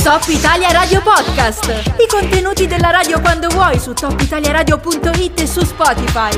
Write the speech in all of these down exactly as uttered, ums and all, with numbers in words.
Top Italia Radio Podcast. I contenuti della radio quando vuoi su top italia radio punto it e su Spotify.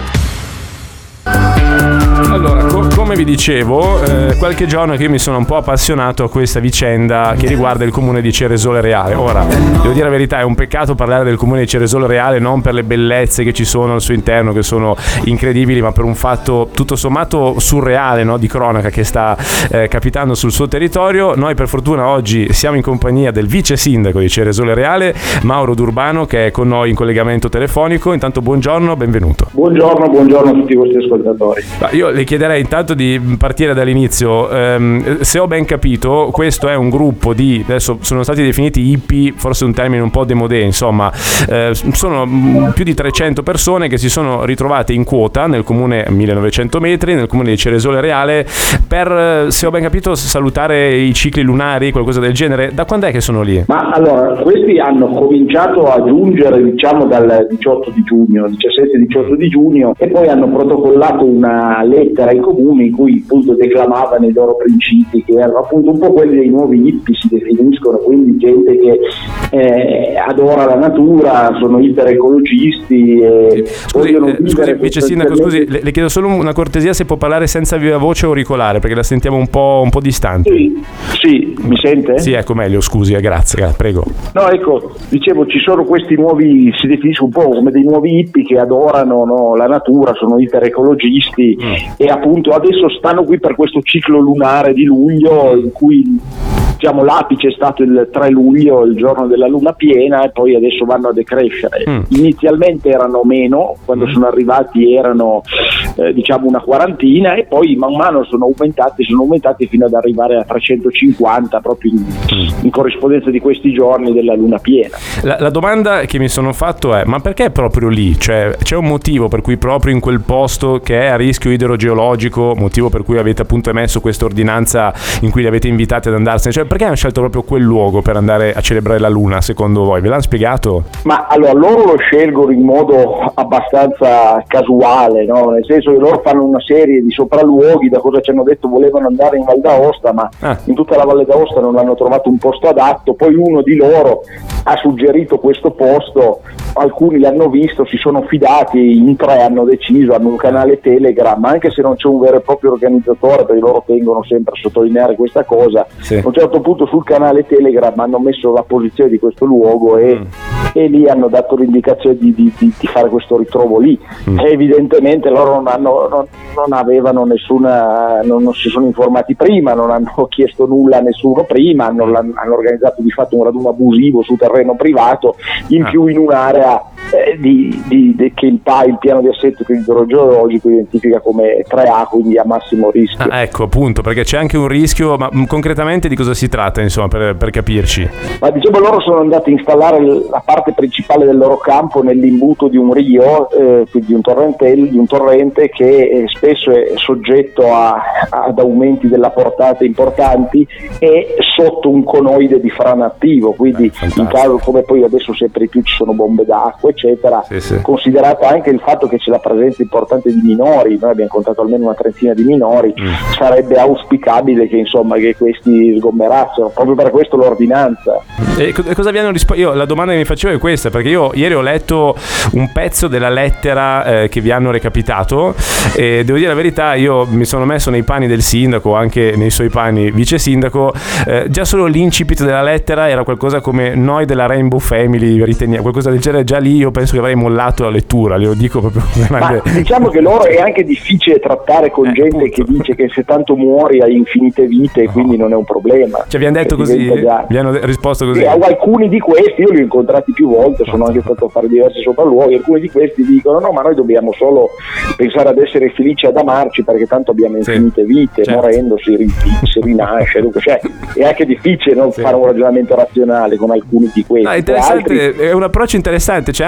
Allora, co- come vi dicevo, eh, qualche giorno che io mi sono un po' appassionato a questa vicenda che riguarda il comune di Ceresole Reale. Ora, devo dire la verità, è un peccato parlare del comune di Ceresole Reale non per le bellezze che ci sono al suo interno, che sono incredibili, ma per un fatto tutto sommato surreale, no, di cronaca che sta eh, capitando sul suo territorio. Noi per fortuna oggi siamo in compagnia del vice sindaco di Ceresole Reale, Mauro D'Urbano, che è con noi in collegamento telefonico. Intanto buongiorno, benvenuto. Buongiorno, buongiorno a tutti i vostri ascoltatori. Io le chiederei intanto di partire dall'inizio. Um, se ho ben capito, questo è un gruppo di, adesso sono stati definiti hippie, forse un termine un po' démodé, insomma, eh, sono più di trecento persone che si sono ritrovate in quota nel comune a millenovecento metri, nel comune di Ceresole Reale, per, se ho ben capito, salutare i cicli lunari, qualcosa del genere. Da quando è che sono lì? Ma allora, questi hanno cominciato a giungere, diciamo, dal diciotto di giugno, diciassette diciotto di giugno, e poi hanno protocollato una lettera ai comuni in cui appunto declamavano i loro principi, che erano appunto un po' quelli dei nuovi hippie, si definiscono, quindi gente che eh, adora la natura, sono iperecologisti e scusi, eh, scusi vice sindaco, scusi, le, le chiedo solo una cortesia, se può parlare senza viva voce o auricolare, perché la sentiamo un po', un po' distante. Sì, sì, mi sente? Sì, ecco, meglio, scusi, eh, grazie, grazie, prego. No, ecco, dicevo, ci sono questi nuovi, si definiscono un po' come dei nuovi hippie che adorano, no, la natura, sono iperecologisti mm. e appunto adesso stanno qui per questo ciclo lunare di luglio, in cui diciamo l'apice è stato il tre luglio, il giorno della luna piena, e poi adesso vanno a decrescere. Mm. Inizialmente erano meno, quando mm. sono arrivati erano eh, diciamo una quarantina, e poi man mano sono aumentati, sono aumentati fino ad arrivare a trecentocinquanta proprio in, mm. in corrispondenza di questi giorni della luna piena. La, la domanda che mi sono fatto è: ma perché proprio lì? Cioè, c'è un motivo per cui proprio in quel posto che è a rischio idrogeologico, motivo per cui avete appunto emesso questa ordinanza in cui li avete invitati ad andarsene? Cioè, perché hanno scelto proprio quel luogo per andare a celebrare la luna, secondo voi? Ve l'hanno spiegato? Ma allora, loro lo scelgono in modo abbastanza casuale, no? Nel senso che loro fanno una serie di sopralluoghi. Da cosa ci hanno detto, volevano andare in Val d'Aosta, ma ah. in tutta la Valle d'Aosta non hanno trovato un posto adatto. Poi uno di loro ha suggerito questo posto, alcuni l'hanno visto, si sono fidati, in tre hanno deciso, hanno un canale Telegram, anche se non c'è un vero e proprio organizzatore, perché loro tengono sempre a sottolineare questa cosa. Sì. A un certo punto sul canale Telegram hanno messo la posizione di questo luogo e, mm. e lì hanno dato l'indicazione di, di, di, di fare questo ritrovo lì. Mm. E evidentemente loro non, hanno, non, non avevano nessuna, non, non si sono informati prima, non hanno chiesto nulla a nessuno prima, hanno, hanno organizzato di fatto un raduno abusivo su terreno privato, in ah. più in un'area eh, di, di, di, che il P A, il piano di assetto idrogeologico, identifica come tre A, quindi a massimo rischio. Ah, ecco, appunto, perché c'è anche un rischio, ma concretamente di cosa si tratta, insomma, per, per capirci? Ma diciamo, loro sono andati a installare la parte principale del loro campo nell'imbuto di un rio, eh, di un torrente, di un torrente che eh, spesso è soggetto a, ad aumenti della portata importanti, e sotto un conoide di frana attivo, quindi eh, in caso, come poi adesso sempre di più ci sono bombe d'acqua eccetera, sì, sì. considerato anche il fatto che c'è la presenza importante di minori, noi abbiamo contato almeno una trentina di minori, mm. sarebbe auspicabile che insomma che questi sgommerassero, proprio per questo l'ordinanza. E cosa vi hanno risposto? Io la domanda che mi facevo è questa, perché io ieri ho letto un pezzo della lettera eh, che vi hanno recapitato, e devo dire la verità, io mi sono messo nei panni del sindaco, anche nei suoi panni vice sindaco, eh, già solo l'incipit della lettera era qualcosa come: noi della Rainbow Family riteniamo, qualcosa del genere. Già lì io penso che avrei mollato la lettura, le lo dico proprio. Ma diciamo che loro è anche difficile trattare con eh, gente appunto. Che dice che se tanto muori hai infinite vite, no. quindi non è un problema. Cioè vi hanno detto così? Già... Vi hanno risposto così? Sì, alcuni di questi, io li ho incontrati più volte, sono anche stato a fare diversi sopralluoghi, alcuni di questi dicono: no, ma noi dobbiamo solo pensare ad essere felici, ad amarci, perché tanto abbiamo infinite sì. vite, certo. morendo si, ri- si rinasce, dunque, cioè, è anche difficile non sì. fare un ragionamento razionale con alcuni di questi. Ah, interessante, altri... È un approccio interessante, c'è anche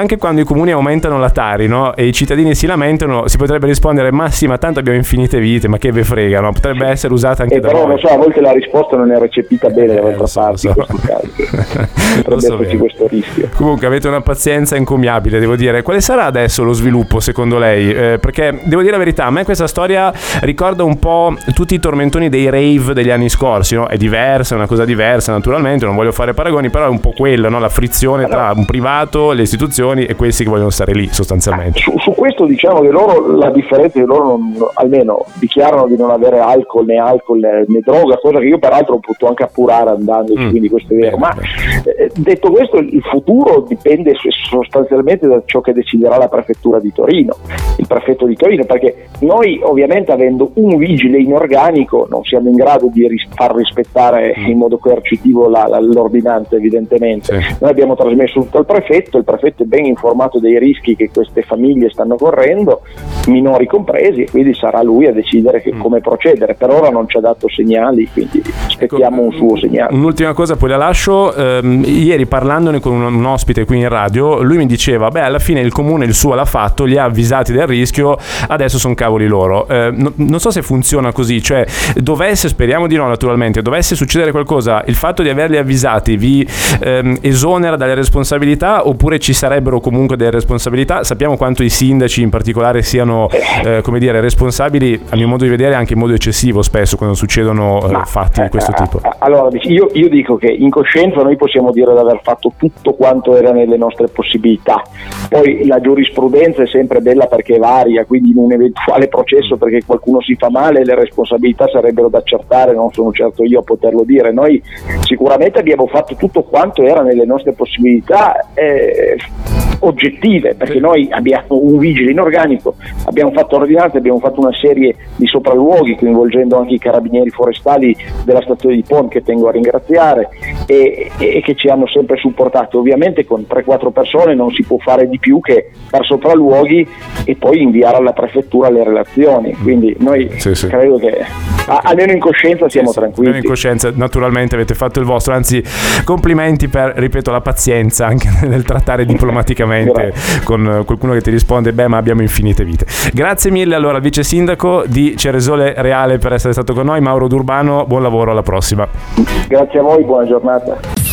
anche quando i comuni aumentano la Tari, no? E i cittadini si lamentano, si potrebbe rispondere: ma sì, ma tanto abbiamo infinite vite, ma che ve frega, no? Potrebbe essere usata anche eh, da però voi. non so, a volte la risposta non è recepita bene da Eh, vostra so, parte so. in questi casi. Potrebbe so esserci bene. questo rischio. Comunque avete una pazienza incommiabile, devo dire. Quale sarà adesso lo sviluppo secondo lei? Eh, perché devo dire la verità, a me questa storia ricorda un po' tutti i tormentoni dei rave degli anni scorsi, no? È diversa, è una cosa diversa naturalmente, non voglio fare paragoni, però è un po' quello, no? La frizione tra un privato, le istituzioni e questi che vogliono stare lì sostanzialmente. Su, su questo diciamo che loro, la differenza è che loro non, almeno dichiarano di non avere alcol né alcol né, né droga, cosa che io peraltro ho potuto anche appurare andandoci, mm. quindi questo è vero. Ma eh, detto questo, il futuro dipende sostanzialmente da ciò che deciderà la prefettura di Torino, il prefetto di Torino, perché noi ovviamente avendo un vigile in organico non siamo in grado di ris- far rispettare mm. in modo coercitivo la, la, l'ordinanza, evidentemente. Sì. Noi abbiamo trasmesso tutto al prefetto, il prefetto è ben informato dei rischi che queste famiglie stanno correndo, minori compresi, e quindi sarà lui a decidere che, mm. come procedere. Per ora non ci ha dato segnali, quindi aspettiamo ecco, un suo segnale. Un'ultima cosa, poi la lascio. Ehm, ieri parlandone con un, un ospite qui in radio, lui mi diceva: beh, alla fine il comune il suo l'ha fatto, li ha avvisati del rischio, adesso sono cavoli loro. Eh, no, non so se funziona così, cioè dovesse, speriamo di no naturalmente, dovesse succedere qualcosa, il fatto di averli avvisati vi ehm, esonera dalle responsabilità, oppure ci sarebbero comunque delle responsabilità? Sappiamo quanto i sindaci in particolare siano eh, come dire responsabili, a mio modo di vedere anche in modo eccessivo spesso quando succedono eh, fatti di questo tipo. Allora io, io dico che in coscienza noi possiamo dire di aver fatto tutto quanto era nelle nostre possibilità, poi la giurisprudenza è sempre bella perché varia, quindi in un eventuale processo perché qualcuno si fa male le responsabilità sarebbero da accertare, non sono certo io a poterlo dire. Noi sicuramente abbiamo fatto tutto quanto era nelle nostre possibilità eh, oggettive, perché noi abbiamo un vigile in organico, abbiamo fatto ordinanze, abbiamo fatto una serie di sopralluoghi coinvolgendo anche i carabinieri forestali della stazione di Pon, che tengo a ringraziare, e, e che ci hanno sempre supportato. Ovviamente con tre quattro persone non si può fare di più che per sopralluoghi e poi inviare alla prefettura le relazioni, quindi noi sì, sì. credo che a, almeno in coscienza siamo sì, tranquilli. Almeno in coscienza naturalmente avete fatto il vostro, anzi complimenti per, ripeto, la pazienza anche nel trattare diplomaticamente Grazie. Con qualcuno che ti risponde: beh, ma abbiamo infinite vite. Grazie mille allora al vice sindaco di Ceresole Reale per essere stato con noi, Mauro D'Urbano, buon lavoro, alla prossima. Grazie a voi, buona giornata.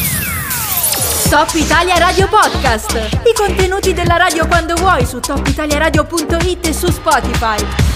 Top Italia Radio Podcast, i contenuti della radio quando vuoi su top italia radio punto it e su Spotify.